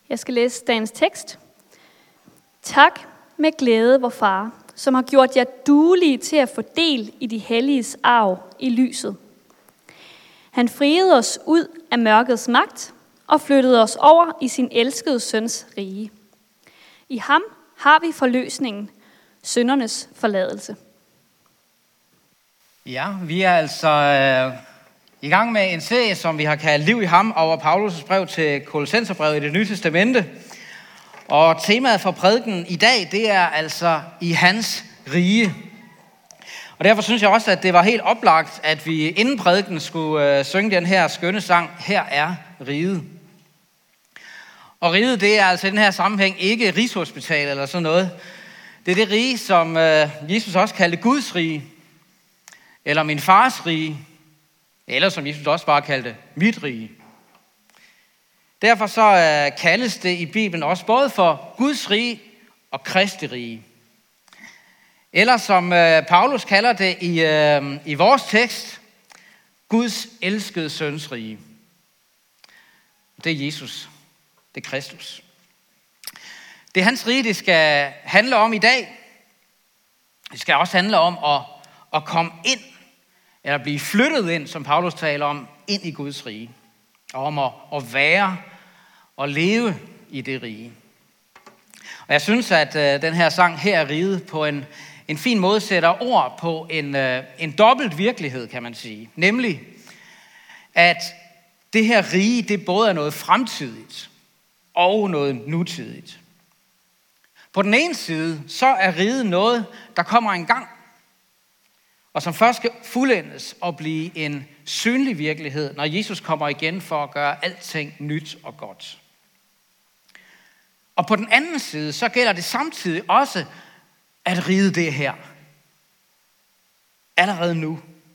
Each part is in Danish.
Jeg skal læse dagens tekst. Tak med glæde, vor far, som har gjort jer duelige til at få del i de helliges arv i lyset. Han friede os ud af mørkets magt og flyttede os over i sin elskede søns rige. I ham har vi forløsningen, syndernes forladelse. Ja, vi er altså i gang med en serie, som vi har kaldt Liv i ham, over Paulus' brev til Kolossenserbrevet i Det Nye Testamente. Og temaet for prædiken i dag, det er altså i hans rige. Og derfor synes jeg også, at det var helt oplagt, at vi inden prædiken skulle synge den her skønne sang, Her er riget. Og riget, det er altså i den her sammenhæng ikke Rigshospital eller sådan noget. Det er det rige, som Jesus også kaldte Guds rige, eller min fars rige, eller som Jesus også bare kaldte mit rige. Derfor så kaldes det i Bibelen også både for Guds rige og Kristi rige. Eller som Paulus kalder det i vores tekst, Guds elskede søns rige. Det er Jesus. Det er Kristus. Det er hans rige, det skal handle om i dag. Det skal også handle om at komme ind, eller blive flyttet ind, som Paulus taler om, ind i Guds rige. Og om at være og leve i det rige. Og jeg synes, at den her sang, Her er riget, på en fin måde sætter ord på en dobbelt virkelighed, kan man sige. Nemlig, at det her rige, det både er noget fremtidigt og noget nutidigt. På den ene side, så er riget noget, der kommer en gang, og som først skal fuldendes og blive en synlig virkelighed, når Jesus kommer igen for at gøre alting nyt og godt. Og på den anden side, så gælder det samtidig også, at riget det er her. Allerede nu.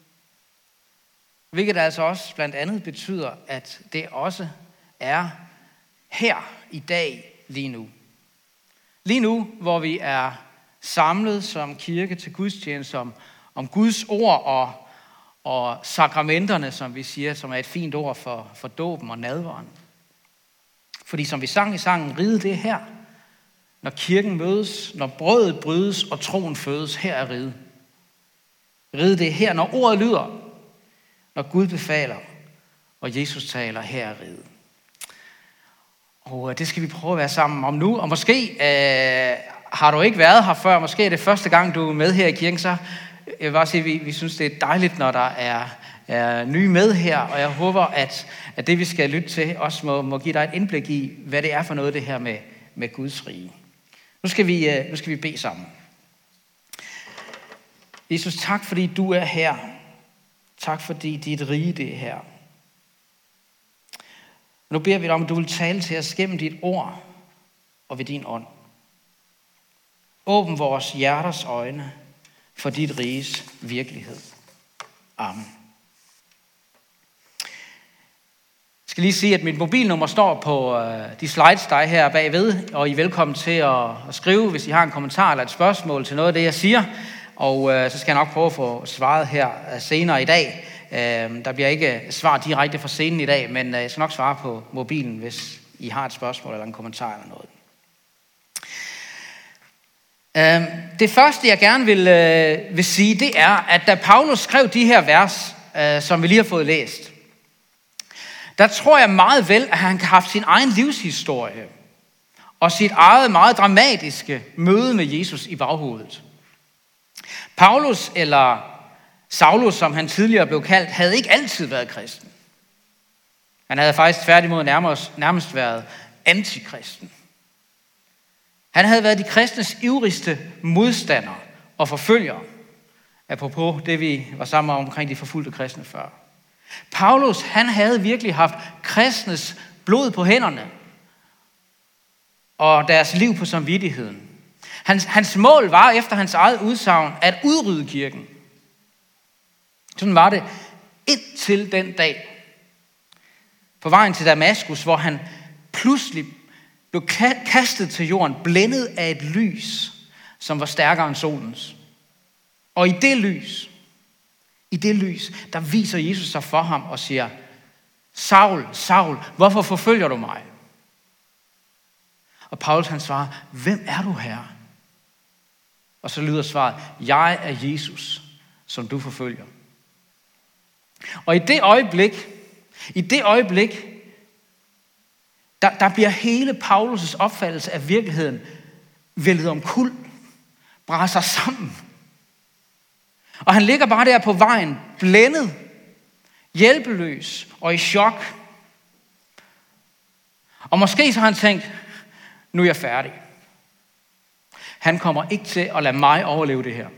Hvilket altså også blandt andet betyder, at det også er her i dag lige nu. Lige nu, hvor vi er samlet som kirke til gudstjeneste om Guds ord og sakramenterne, som vi siger, som er et fint ord for dåben og nadveren. Fordi som vi sang i sangen, riget det er her. Når kirken mødes, når brødet brydes og troen fødes, her er riget. Riget det er her, når ordet lyder, når Gud befaler, og Jesus taler, her er riget. Og det skal vi prøve at være sammen om nu. Og måske har du ikke været her før, måske er det første gang, du er med her i kirken, så jeg vil bare sige, at vi synes, det er dejligt, når der er nye med her, og jeg håber, at det, vi skal lytte til, også må give dig et indblik i, hvad det er for noget, det her med Guds rige. Nu skal vi bede sammen. Jesus, tak fordi du er her. Tak fordi dit rige det er her. Nu beder vi dig om, at du vil tale til os gennem dit ord og ved din ånd. Åbn vores hjerters øjne for dit riges virkelighed. Amen. Jeg skal lige sige, at mit mobilnummer står på de slides, der er her bagved, og I er velkommen til at skrive, hvis I har en kommentar eller et spørgsmål til noget af det, jeg siger. Og så skal jeg nok prøve at få svaret her senere i dag. Der bliver ikke svar direkte fra scenen i dag, men jeg skal nok svare på mobilen, hvis I har et spørgsmål eller en kommentar eller noget. Det første, jeg gerne vil sige, det er, at da Paulus skrev de her vers, som vi lige har fået læst, der tror jeg meget vel, at han har haft sin egen livshistorie og sit eget meget dramatiske møde med Jesus i baghovedet. Paulus, eller Saulus, som han tidligere blev kaldt, havde ikke altid været kristen. Han havde faktisk tværtimod nærmest været antikristen. Han havde været de kristnes ivrigste modstander og forfølger, apropos det, vi var sammen omkring de forfulgte kristne før. Paulus, han havde virkelig haft kristnes blod på hænderne og deres liv på samvittigheden. Hans mål var efter hans eget udsagn at udrydde kirken. Sådan var det indtil den dag på vejen til Damaskus, hvor han pludselig blev kastet til jorden, blændet af et lys, som var stærkere end solens. Og i det lys, der viser Jesus sig for ham og siger, Saul, Saul, hvorfor forfølger du mig? Og Paulus han svarer, hvem er du, Herre? Og så lyder svaret, jeg er Jesus, som du forfølger. Og i det øjeblik, der bliver hele Paulus' opfattelse af virkeligheden væltet omkuld, braser sammen. Og han ligger bare der på vejen, blændet, hjælpeløs og i chok. Og måske så har han tænkt, nu er jeg færdig. Han kommer ikke til at lade mig overleve det her.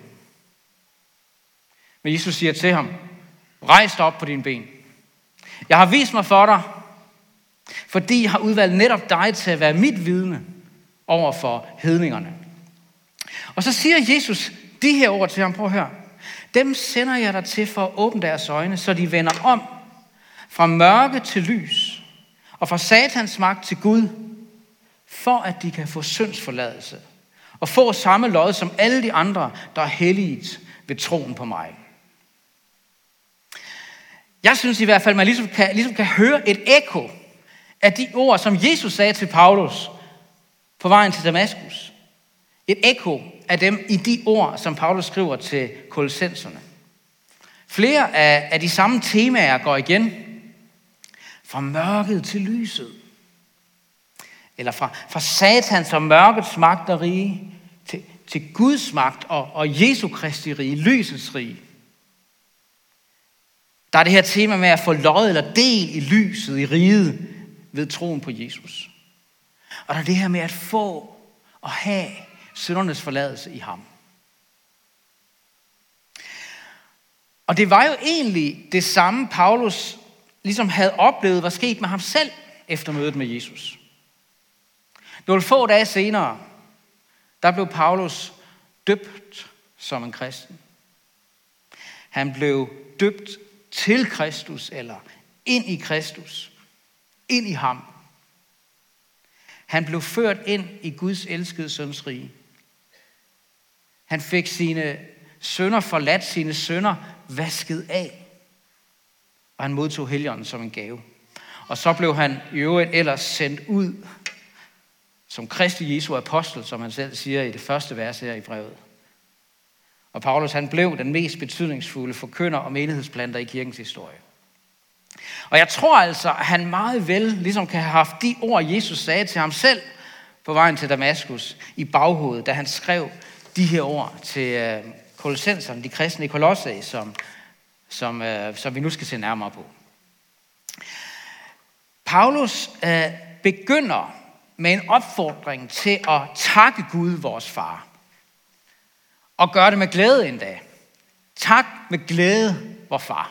Men Jesus siger til ham, rejs dig op på dine ben. Jeg har vist mig for dig, fordi jeg har udvalgt netop dig til at være mit vidne over for hedningerne. Og så siger Jesus de her ord til ham, prøv at høre. Dem sender jeg dig til for at åbne deres øjne, så de vender om fra mørke til lys og fra Satans magt til Gud, for at de kan få syndsforladelse og få samme lod som alle de andre, der er helliget ved troen på mig. Jeg synes i hvert fald, man ligesom kan høre et ekko af de ord, som Jesus sagde til Paulus på vejen til Damaskus. Et ekko af dem i de ord, som Paulus skriver til kolossenserne. Flere af de samme temaer går igen. Fra mørket til lyset. Eller fra Satans og mørkets magt og rige til Guds magt og Jesu Kristi rige, lysets rige. Der er det her tema med at få lod eller del i lyset, i riget, ved troen på Jesus. Og der er det her med at få og have syndernes forladelse i ham. Og det var jo egentlig det samme, Paulus ligesom havde oplevet, var sket med ham selv efter mødet med Jesus. Nogle få dage senere, der blev Paulus døbt som en kristen. Han blev døbt til Kristus, eller ind i Kristus, ind i ham. Han blev ført ind i Guds elskede søns rige. Han fik sine synder forladt, sine synder vasket af. Og han modtog Helligånden som en gave. Og så blev han i øvrigt ellers sendt ud som Kristi Jesu apostel, som han selv siger i det første vers her i brevet. Og Paulus han blev den mest betydningsfulde forkynder og menighedsplanter i kirkens historie. Og jeg tror altså, at han meget vel ligesom kan have haft de ord, Jesus sagde til ham selv på vejen til Damaskus i baghovedet, da han skrev de her ord til kolossenserne, de kristne i Kolossae, som vi nu skal se nærmere på. Paulus begynder med en opfordring til at takke Gud, vores far. Og gøre det med glæde endda. Tak med glæde, vor far.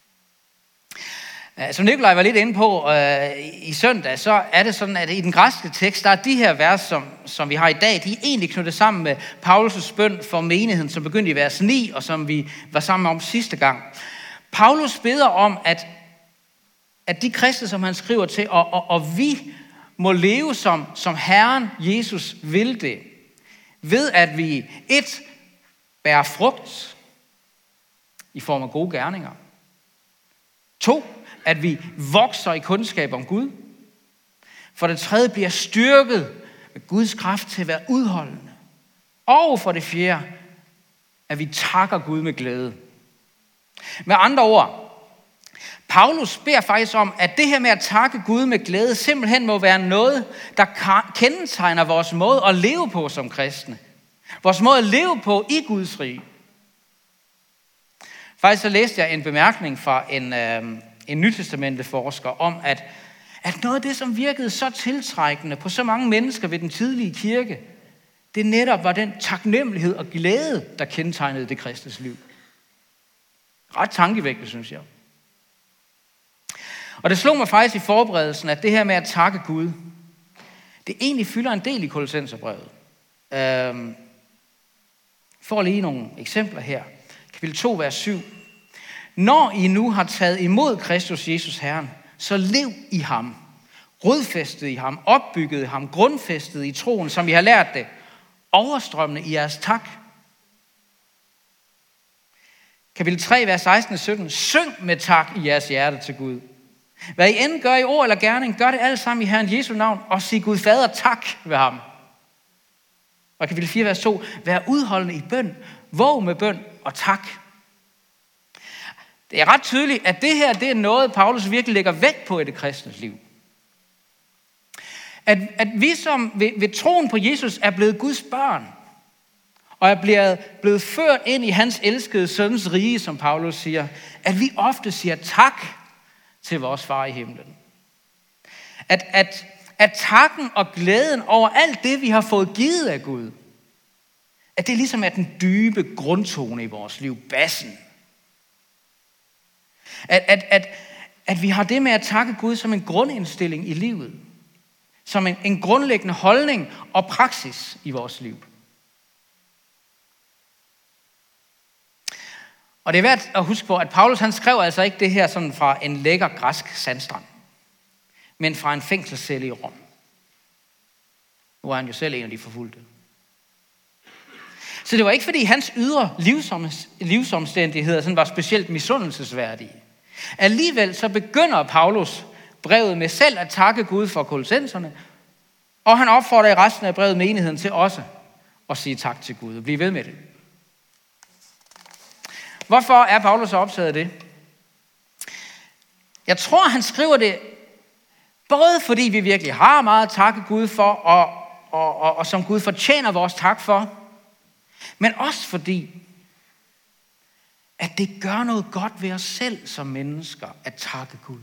Som Nikolaj var lidt inde på i søndag, så er det sådan, at i den græske tekst, der er de her vers, som vi har i dag, de er egentlig knyttet sammen med Paulus' bøn for menigheden, som begyndte i vers 9, og som vi var sammen om sidste gang. Paulus beder om, at de kristne, som han skriver til, og vi må leve som Herren Jesus vil det, ved at vi bærer frugt i form af gode gerninger. 2, at vi vokser i kundskab om Gud. For det 3, bliver styrket med Guds kraft til at være udholdende. Og for det 4, at vi takker Gud med glæde. Med andre ord, Paulus beder faktisk om, at det her med at takke Gud med glæde simpelthen må være noget, der kendetegner vores måde at leve på som kristne. Vores måde at leve på i Guds rige. Faktisk så læste jeg en bemærkning fra en nytestamenteforsker om, at noget af det, som virkede så tiltrækkende på så mange mennesker ved den tidlige kirke, det netop var den taknemmelighed og glæde, der kendetegnede det kristnes liv. Ret tankevækkende, synes jeg. Og det slog mig faktisk i forberedelsen, at det her med at takke Gud, det egentlig fylder en del i Kolossenserbrevet. For lige nogle eksempler her. Kapitel 2, vers 7. Når I nu har taget imod Kristus Jesus Herren, så lev i ham, rodfæstet i ham, opbygget i ham, grundfæstet i troen, som I har lært det, overstrømmende i jeres tak. Kapitel 3, vers 16 og 17. Syng med tak i jeres hjerte til Gud. Hvad I end gør i ord eller gerning, gør det alt sammen i Herren Jesu navn, og sig Gud Fader tak ved ham. Og kapitel 4, vers 2. Vær udholdende i bøn, våg med bøn og tak. Det er ret tydeligt, at det her, det er noget, Paulus virkelig lægger vægt på i det kristnes liv. At vi som ved troen på Jesus er blevet Guds børn, og er blevet ført ind i hans elskede søns rige, som Paulus siger, at vi ofte siger tak til vores far i himlen. At takken og glæden over alt det, vi har fået givet af Gud, at det ligesom er den dybe grundtone i vores liv, bassen. At vi har det med at takke Gud som en grundindstilling i livet, som en grundlæggende holdning og praksis i vores liv. Og det er værd at huske på, at Paulus han skrev altså ikke det her sådan fra en lækker græsk sandstrand, men fra en fængselscelle i Rom. Nu er han jo selv en af de forfulgte. Så det var ikke fordi hans ydre livsomstændigheder sådan var specielt misundelsesværdige. Alligevel så begynder Paulus brevet med selv at takke Gud for kolossenserne, og han opfordrer i resten af brevet menigheden til også at sige tak til Gud og blive ved med det. Hvorfor er Paulus så optaget af det? Jeg tror, han skriver det både fordi vi virkelig har meget at takke Gud for, og som Gud fortjener vores tak for, men også fordi, at det gør noget godt ved os selv som mennesker at takke Gud.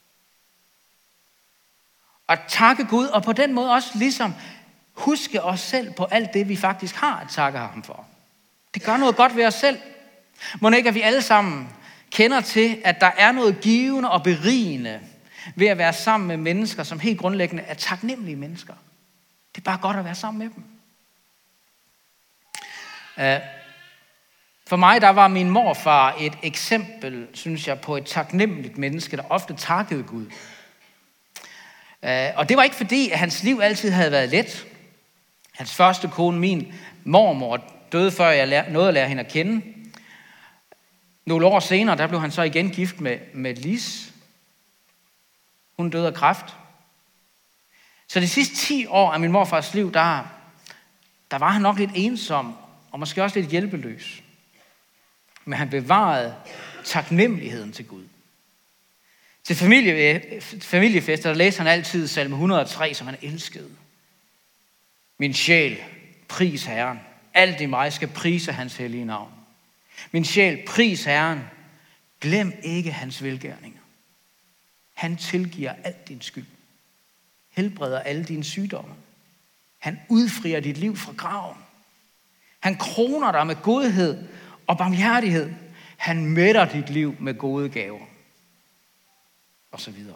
At takke Gud, og på den måde også ligesom huske os selv på alt det, vi faktisk har at takke ham for. Det gør noget godt ved os selv. Må ikke, at vi alle sammen kender til, at der er noget givende og berigende ved at være sammen med mennesker, som helt grundlæggende er taknemmelige mennesker. Det er bare godt at være sammen med dem. For mig, der var min morfar et eksempel, synes jeg, på et taknemmeligt menneske, der ofte takkede Gud. Og det var ikke fordi, at hans liv altid havde været let. Hans første kone, min mormor, døde før jeg nåede at lære hende at kende. Nogle år senere, der blev han så igen gift med Lis. Hun døde af kræft. Så de sidste 10 år af min morfars liv, der var han nok lidt ensom, og måske også lidt hjælpeløs. Men han bevarede taknemmeligheden til Gud. Til familiefester, der læste han altid salme 103, som han elskede. Min sjæl, pris Herren. Alt i mig skal prise hans hellige navn. Min sjæl, pris Herren. Glem ikke hans velgerninger. Han tilgiver alt din skyld. Helbreder alle dine sygdomme. Han udfrier dit liv fra graven. Han kroner dig med godhed og barmhjertighed. Han mætter dit liv med gode gaver. Og så videre.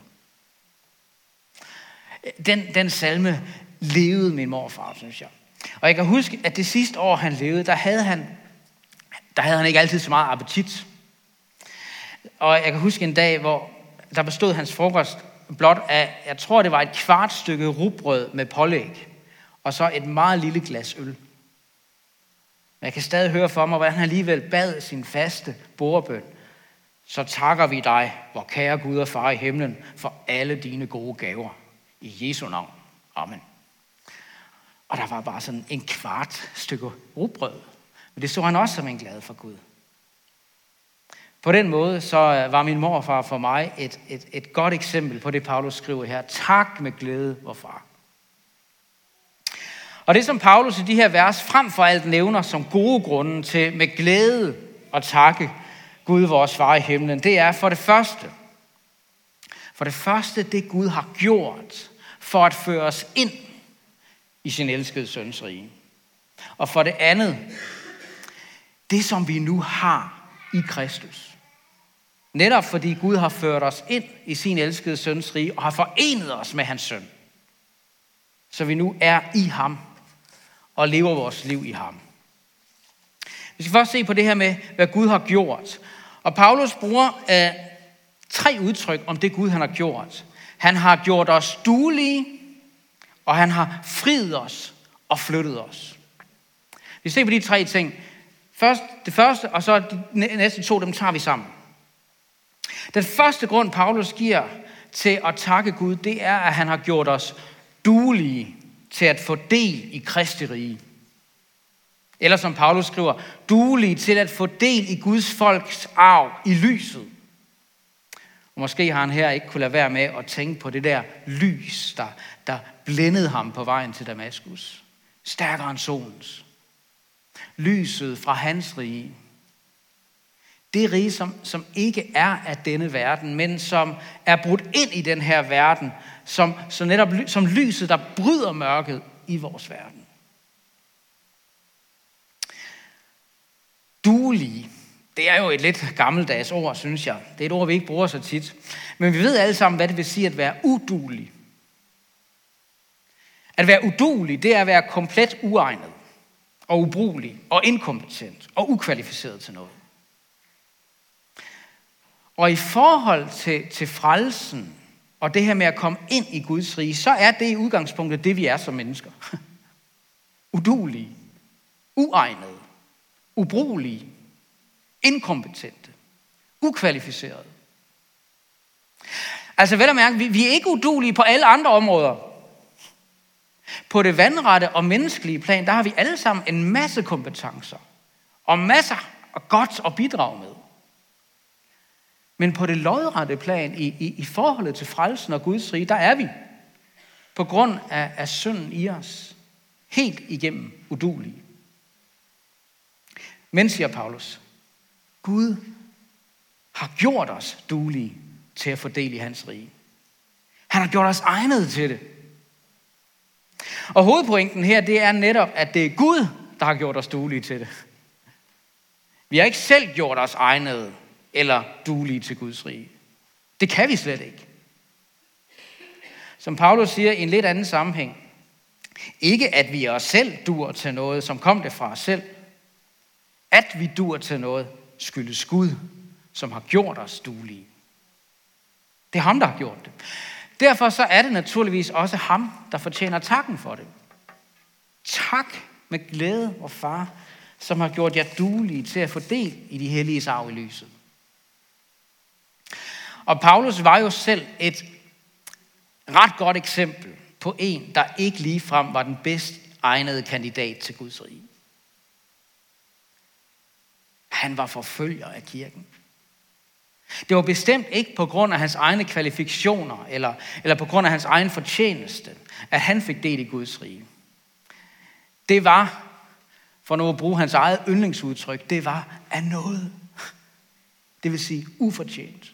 Den salme levede min morfar, synes jeg. Og jeg kan huske, at det sidste år, han levede, der havde han ikke altid så meget appetit. Og jeg kan huske en dag, hvor der bestod hans frokost blot af, jeg tror, det var et kvart stykke rugbrød med pålæg, og så et meget lille glas øl. Men jeg kan stadig høre for mig, hvordan han alligevel bad sin faste bordbøn. Så takker vi dig, vor kære Gud og far i himlen, for alle dine gode gaver. I Jesu navn. Amen. Og der var bare sådan en kvart stykke rugbrød. Men det så han også som en glad for Gud. På den måde så var min morfar for mig et godt eksempel på det, Paulus skriver her. Tak med glæde, vor far. Og det, som Paulus i de her vers frem for alt nævner som gode grunde til med glæde at takke Gud, vores far i himlen, det er for det første det Gud har gjort for at føre os ind i sin elskede søns rige. Og for det andet, det som vi nu har i Kristus. Netop fordi Gud har ført os ind i sin elskede søns rige og har forenet os med hans søn. Så vi nu er i ham og lever vores liv i ham. Vi skal først se på det her med, hvad Gud har gjort. Og Paulus bruger 3 udtryk om det Gud han har gjort. Han har gjort os duelige, og han har friet os og flyttet os. Vi ser på de 3 ting. Først det første, og så de næste 2, dem tager vi sammen. Den første grund, Paulus giver til at takke Gud, det er, at han har gjort os duelige til at få del i Kristi rige. Eller som Paulus skriver, duelige til at få del i Guds folks arv i lyset. Og måske har han her ikke kunne lade være med at tænke på det der lys, der blændede ham på vejen til Damaskus. Stærkere end solens. Lyset fra hans rige. Det rige, som ikke er af denne verden, men som er brudt ind i den her verden, som lyset, der bryder mørket i vores verden. Duelige, det er jo et lidt gammeldags ord, synes jeg. Det er et ord, vi ikke bruger så tit. Men vi ved alle sammen, hvad det vil sige at være uduelig. At være uduelig, det er at være komplet uegnet og ubrugelig og inkompetent og ukvalificeret til noget. Og i forhold til frelsen og det her med at komme ind i Guds rige, så er det i udgangspunktet det, vi er som mennesker. Udulige, uegnede, ubrugelige, inkompetente, ukvalificerede. Altså vel at mærke, vi er ikke udulige på alle andre områder. På det vandrette og menneskelige plan, der har vi alle sammen en masse kompetencer og masser af godt at bidrage med. Men på det lodrette plan, i forholdet til frelsen og Guds rige, der er vi på grund af synden i os helt igennem udulige. Men, siger Paulus, Gud har gjort os duelige til at få del i hans rige. Han har gjort os egnede til det. Og hovedpointen her, det er netop, at det er Gud, der har gjort os duelige til det. Vi har ikke selv gjort os egnede eller duelige til Guds rige. Det kan vi slet ikke. Som Paulus siger i en lidt anden sammenhæng, ikke at vi os selv duer til noget, som kom det fra os selv. At vi duer til noget, skyldes Gud, som har gjort os duelige. Det er ham, der har gjort det. Derfor så er det naturligvis også ham, der fortjener takken for det. Tak med glæde, vor far, som har gjort jer duelige til at få del i de helliges arv i lyset. Og Paulus var jo selv et ret godt eksempel på en, der ikke ligefrem var den bedst egnede kandidat til Guds rige. Han var forfølger af kirken. Det var bestemt ikke på grund af hans egne kvalifikationer eller på grund af hans egen fortjeneste, at han fik del i Guds rige. Det var, for nu at bruge hans eget yndlingsudtryk, det var af noget. Det vil sige ufortjent.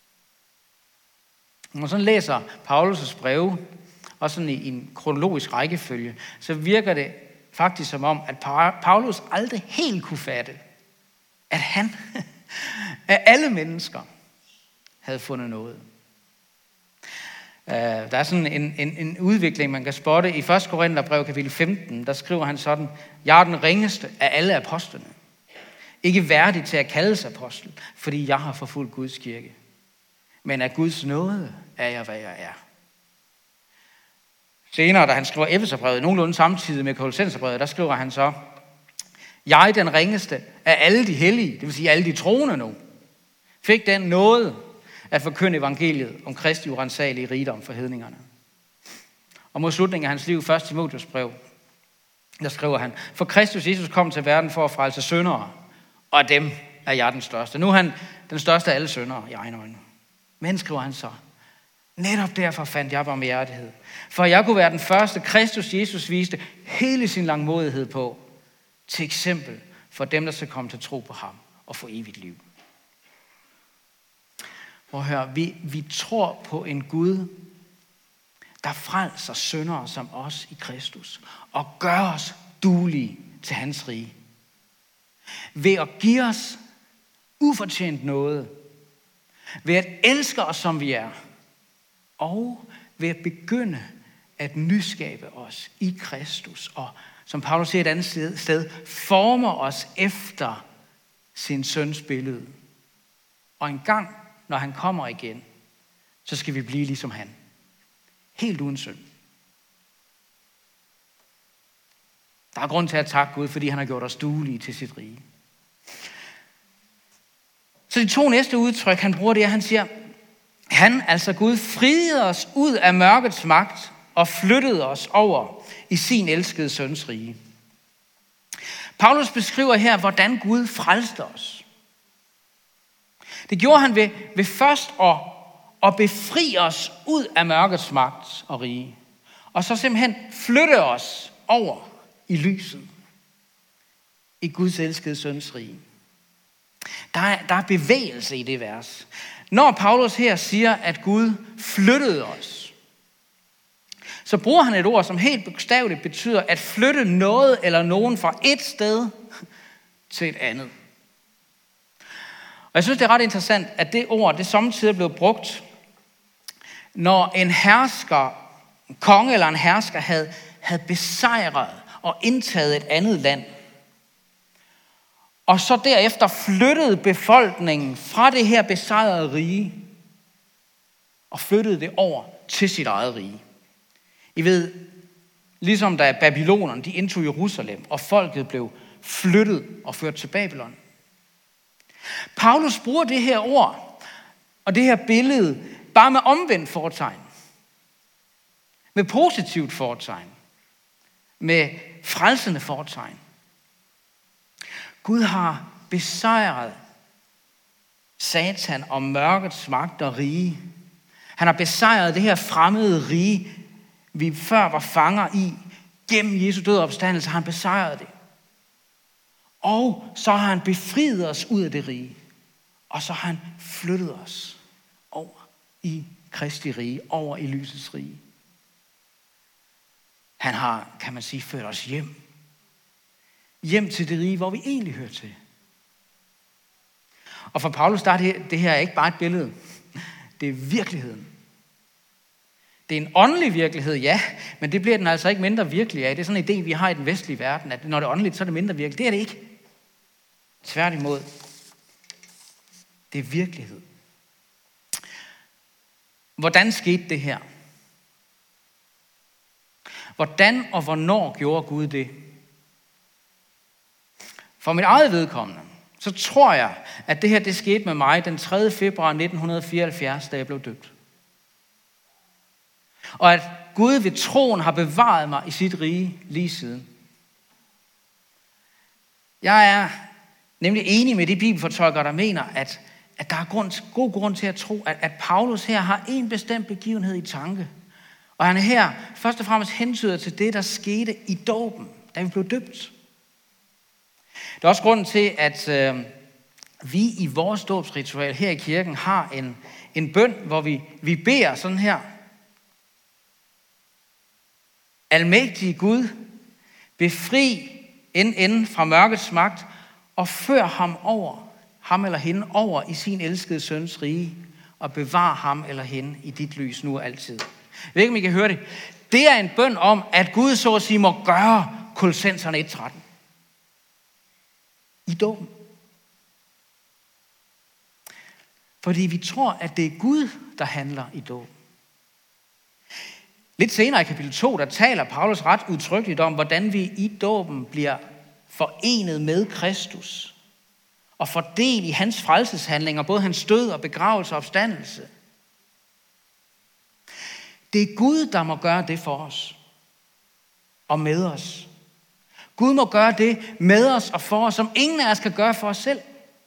Når man sådan læser Paulus' breve, og sådan i en kronologisk rækkefølge, så virker det faktisk som om, at Paulus aldrig helt kunne fatte, at han af alle mennesker havde fundet noget. Der er sådan en udvikling, man kan spotte. I 1. Korintherbrev kapitel 15, der skriver han sådan: Jeg er den ringeste af alle apostlene. Ikke værdig til at kaldes apostel, fordi jeg har forfulgt Guds kirke. Men af Guds nåde er jeg, hvad jeg er. Senere, da han skriver Efeserbrevet, nogenlunde samtidig med Kolossenserbrevet, der skriver han så: Jeg er den ringeste af alle de hellige, det vil sige alle de troende nu, fik den nåde at forkynde evangeliet om Kristi uransagelige rigdom for hedningerne. Og mod slutningen af hans liv, 1. Timotheus brev, der skriver han: For Kristus Jesus kom til verden for at frelse syndere, og af dem er jeg den største. Nu er han den største af alle syndere i egne øjne. Men, skriver han så, netop derfor fandt jeg barmhjertighed. For jeg kunne være den første, Kristus Jesus viste hele sin langmodighed på, til eksempel for dem, der skal komme til tro på ham og få evigt liv. Prøv at høre, vi tror på en Gud, der frelser syndere som os i Kristus og gør os duelige til hans rige. Ved at give os ufortjent noget, ved at elske os som vi er, og ved at begynde at nyskabe os i Kristus, og som Paulus siger et andet sted, former os efter sin søns billede. Og en gang, når han kommer igen, så skal vi blive ligesom han. Helt uden synd. Der er grund til at takke Gud, fordi han har gjort os duelige til sit rige. Så de to næste udtryk, han bruger det, han siger, Han, altså Gud, friede os ud af mørkets magt og flyttede os over i sin elskede søns rige. Paulus beskriver her, hvordan Gud frelste os. Det gjorde han ved først at befri os ud af mørkets magt og rige. Og så simpelthen flytte os over i lyset. I Guds elskede søns rige. Der er bevægelse i det vers. Når Paulus her siger, at Gud flyttede os, så bruger han et ord, som helt bogstaveligt betyder at flytte noget eller nogen fra et sted til et andet. Og jeg synes, det er ret interessant, at det ord, det samtidig blev brugt, når en konge eller en hersker havde besejret og indtaget et andet land. Og så derefter flyttede befolkningen fra det her besejrede rige og flyttede det over til sit eget rige. I ved, ligesom da babylonerne de indtog Jerusalem, og folket blev flyttet og ført til Babylon. Paulus bruger det her ord og det her billede bare med omvendt fortegn. Med positivt fortegn. Med frelsende fortegn. Gud har besejret Satan og mørkets magt og rige. Han har besejret det her fremmede rige, vi før var fanger i. Gennem Jesu død og opstandelse har han besejret det. Og så har han befriet os ud af det rige. Og så har han flyttet os over i Kristi rige, over i lysets rige. Han har, kan man sige, ført os hjem. Hjem til det rige, hvor vi egentlig hører til. Og for Paulus, der er det her ikke bare et billede. Det er virkeligheden. Det er en åndelig virkelighed, ja, men det bliver den altså ikke mindre virkelig af. Det er sådan en idé, vi har i den vestlige verden, at når det er åndeligt, så er det mindre virkeligt. Det er det ikke. Tværtimod. Det er virkelighed. Hvordan skete det her? Hvordan og hvornår gjorde Gud det? For mit eget vedkommende, så tror jeg, at det her det skete med mig den 3. februar 1974, da jeg blev døbt. Og at Gud ved troen har bevaret mig i sit rige lige siden. Jeg er nemlig enig med de bibelfortolkere, der mener, at der er god grund til at tro, at Paulus her har en bestemt begivenhed i tanke. Og han er her først og fremmest hentyder til det, der skete i dåben, da vi blev døbt. Det er også grunden til, at vi i vores dåbsritual her i kirken har en bøn, hvor vi beder sådan her. Almægtige Gud, befri end fra mørkets magt, og før ham eller hende over i sin elskede søns rige, og bevar ham eller hende i dit lys nu og altid. Jeg ved ikke, om I kan høre det. Det er en bøn om, at Gud så at sige må gøre Kolossenserne 1:13. I dåben. Fordi vi tror, at det er Gud, der handler i dåben. Lidt senere i kapitel 2, der taler Paulus ret udtrykkeligt om, hvordan vi i dåben bliver forenet med Kristus og får del i hans frelseshandlinger, både hans død og begravelse og opstandelse. Det er Gud, der må gøre det for os og med os. Gud må gøre det med os og for os, som ingen af os kan gøre for os selv.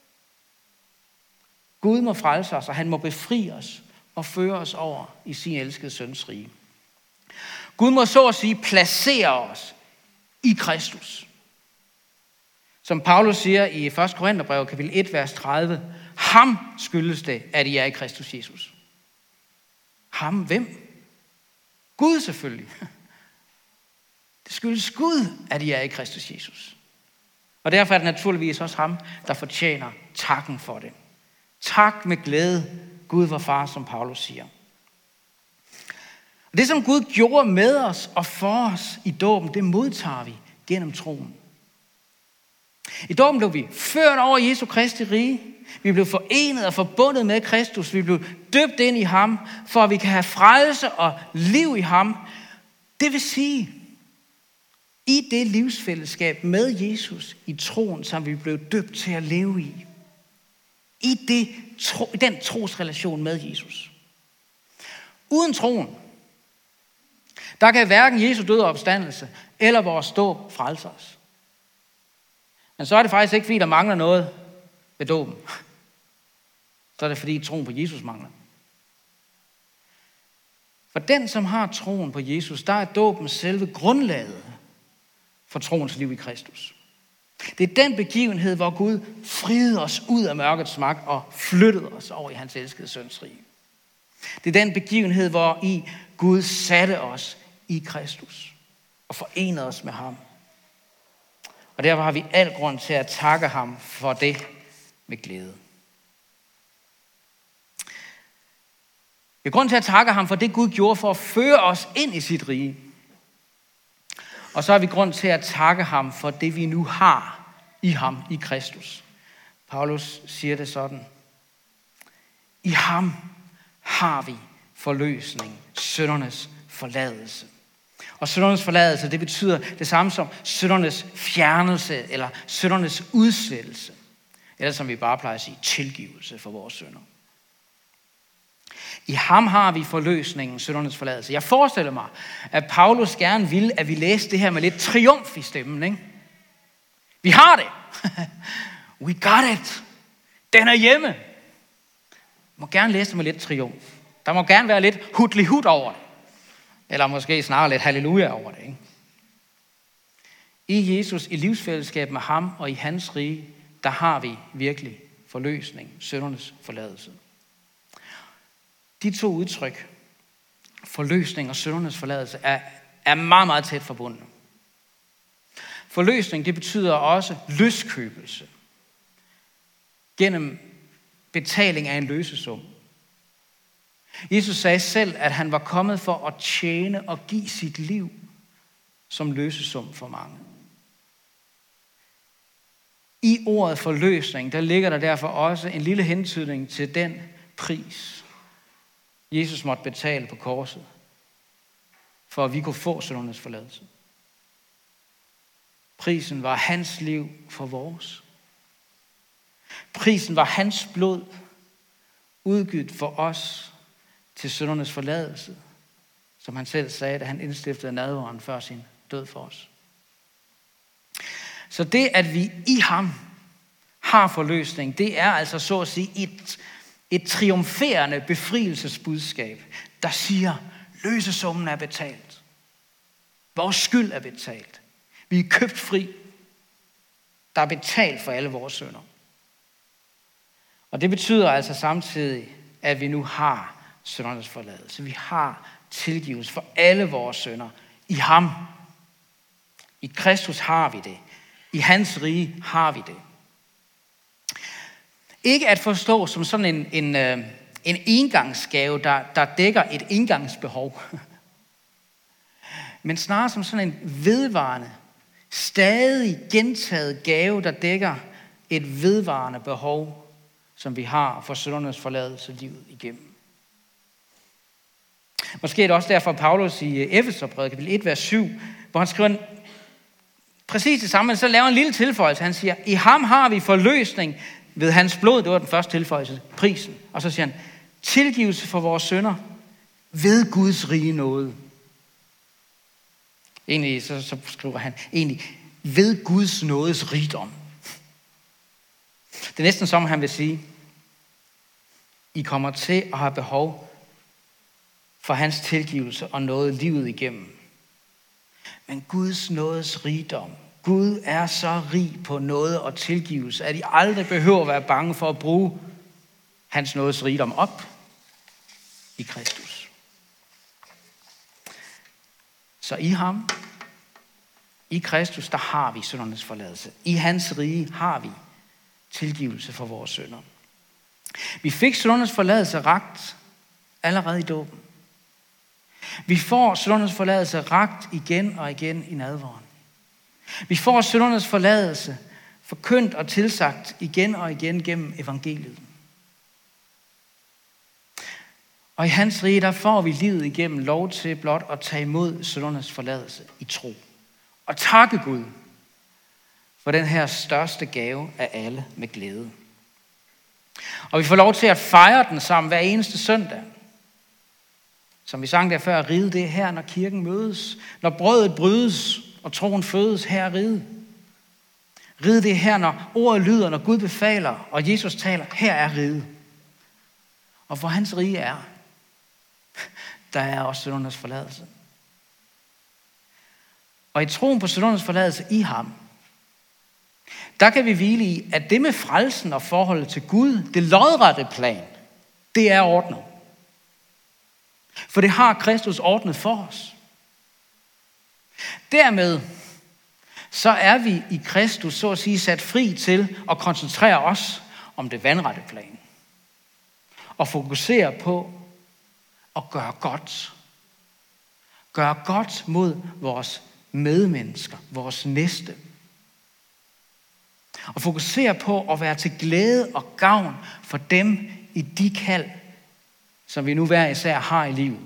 Gud må frelse os, og han må befri os og føre os over i sin elskede søns rige. Gud må så at sige placere os i Kristus. Som Paulus siger i 1. Korintherbrev, kapitel 1, vers 30. Ham skyldes det, at I er i Kristus Jesus. Ham hvem? Gud selvfølgelig. Det skyldes Gud, at I er i Kristus Jesus. Og derfor er det naturligvis også ham, der fortjener takken for det. Tak med glæde, Gud vor far, som Paulus siger. Og det, som Gud gjorde med os og for os i dåben, det modtager vi gennem troen. I dåben blev vi ført over Jesu Kristi rige. Vi blev forenet og forbundet med Kristus. Vi blev døbt ind i ham, for at vi kan have frelse og liv i ham. Det vil sige, i det livsfællesskab med Jesus i troen, som vi blev døbt til at leve i. I den trosrelation med Jesus. Uden troen, der kan hverken Jesu død og opstandelse eller vores dåb frelse os. Men så er det faktisk ikke, fordi der mangler noget ved dåben. Så er det, fordi troen på Jesus mangler. For den, som har troen på Jesus, der er dåben selve grundlaget for troens liv i Kristus. Det er den begivenhed, hvor Gud friede os ud af mørkets magt og flyttede os over i hans elskede søns rige. Det er den begivenhed, hvor i Gud satte os i Kristus og forenede os med ham. Og derfor har vi al grund til at takke ham for det med glæde. Vi har grund til at takke ham for det, Gud gjorde for at føre os ind i sit rige. Og så har vi grund til at takke ham for det, vi nu har i ham, i Kristus. Paulus siger det sådan. I ham har vi forløsning, syndernes forladelse. Og syndernes forladelse, det betyder det samme som syndernes fjernelse eller syndernes udslettelse. Eller som vi bare plejer at sige, tilgivelse for vores synder. I ham har vi forløsningen, syndernes forladelse. Jeg forestiller mig, at Paulus gerne ville, at vi læste det her med lidt triumf i stemmen. Ikke? Vi har det. We got it. Den er hjemme. Jeg må gerne læse det med lidt triumf. Der må gerne være lidt hudlig-hud over det. Eller måske snarere lidt halleluja over det. Ikke? I Jesus, i livsfællesskab med ham og i hans rige, der har vi virkelig forløsning, syndernes forladelse. De to udtryk, forløsning og syndernes forladelse, er meget, meget tæt forbundne. Forløsning, det betyder også løskøbelse gennem betaling af en løsesum. Jesus sagde selv, at han var kommet for at tjene og give sit liv som løsesum for mange. I ordet forløsning, der ligger der derfor også en lille hentydning til den pris, Jesus måtte betale på korset, for at vi kunne få syndernes forladelse. Prisen var hans liv for vores. Prisen var hans blod, udgivet for os til syndernes forladelse, som han selv sagde, da han indstiftede nadveren før sin død for os. Så det, at vi i ham har forløsning, det er altså så at sige et triumferende befrielsesbudskab, der siger, løsesummen er betalt. Vores skyld er betalt. Vi er købt fri. Der er betalt for alle vores synder. Og det betyder altså samtidig, at vi nu har syndernes forladelse. Vi har tilgivelse for alle vores synder. I ham. I Kristus har vi det. I hans rige har vi det. Ikke at forstå som sådan en engangsgave, der dækker et engangsbehov. Men snarere som sådan en vedvarende, stadig gentaget gave, der dækker et vedvarende behov, som vi har for syndernes forladelse livet igennem. Måske er det også derfor, Paulus i Efeserbrevet kapitel 1, vers 7, hvor han skriver præcis det samme, men så laver en lille tilføjelse. Han siger, i ham har vi forløsning ved hans blod, det var den første tilføjelse, prisen. Og så siger han, tilgivelse for vores synder ved Guds rige nåde. Egentlig, så skriver han, ved Guds nådes rigdom. Det er næsten som han vil sige, I kommer til at have behov for hans tilgivelse og noget livet igennem. Men Guds nådes rigdom, Gud er så rig på noget og tilgivelse, at I aldrig behøver at være bange for at bruge hans nådes rigdom op i Kristus. Så i ham, i Kristus, der har vi syndernes forladelse. I hans rige har vi tilgivelse for vores synder. Vi fik syndernes forladelse rakt allerede i dåben. Vi får syndernes forladelse rakt igen og igen i nadveren. Vi får syndernes forladelse forkyndt og tilsagt igen og igen gennem evangeliet. Og i hans rige, der får vi livet igennem lov til blot at tage imod syndernes forladelse i tro. Og takke Gud for den her største gave af alle med glæde. Og vi får lov til at fejre den sammen hver eneste søndag. Som vi sang der før, riget det er her, når kirken mødes. Når brødet brydes, og troen fødes, her er riget. Riget det er her, når ordet lyder, når Gud befaler, og Jesus taler, her er riget. Og hvor hans rige er, der er også syndernes forladelse. Og i troen på syndernes forladelse i ham, der kan vi hvile i, at det med frelsen og forholdet til Gud, det lodrette plan, det er ordnet. For det har Kristus ordnet for os. Dermed så er vi i Kristus, så at sige, sat fri til at koncentrere os om det vandrette plan. Og fokusere på at gøre godt. Gøre godt mod vores medmennesker, vores næste. Og fokusere på at være til glæde og gavn for dem i de kald, som vi nu hver især har i livet.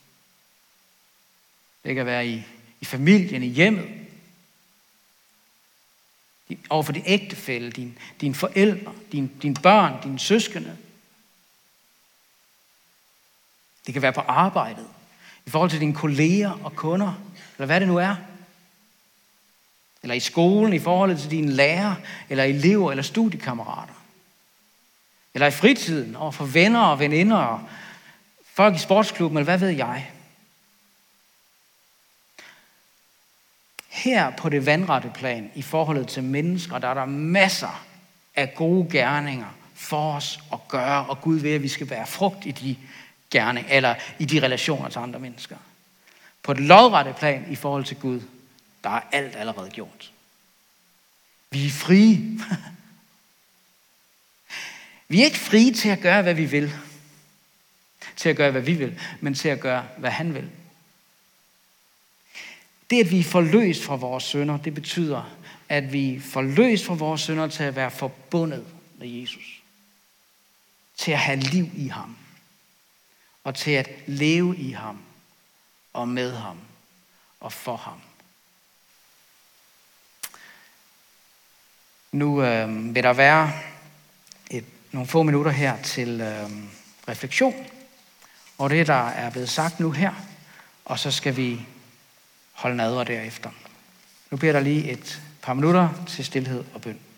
Det kan være i familien, i hjemmet, overfor din ægtefælle, dine forældre, dine børn, dine søskende. Det kan være på arbejdet, i forhold til dine kolleger og kunder, eller hvad det nu er. Eller i skolen, i forhold til dine lærere, eller elever, eller studiekammerater. Eller i fritiden, overfor venner og veninder, og folk i sportsklubben, eller hvad ved jeg. Her på det vandrette plan, i forholdet til mennesker, der er der masser af gode gerninger for os at gøre, og Gud vil, at vi skal være frugt i de gerninger, eller i de relationer til andre mennesker. På det lodrette plan, i forhold til Gud, der er alt allerede gjort. Vi er frie. Vi er ikke frie til at gøre, hvad vi vil. Til at gøre, hvad vi vil, men til at gøre, hvad han vil. Det, at vi er forløst fra vores synder, det betyder, at vi er forløst fra vores synder til at være forbundet med Jesus. Til at have liv i ham. Og til at leve i ham. Og med ham. Og for ham. Nu vil der være nogle få minutter her til refleksion. Og det, der er blevet sagt nu her. Og så skal vi holde nadver derefter. Nu bliver der lige et par minutter til stilhed og bøn.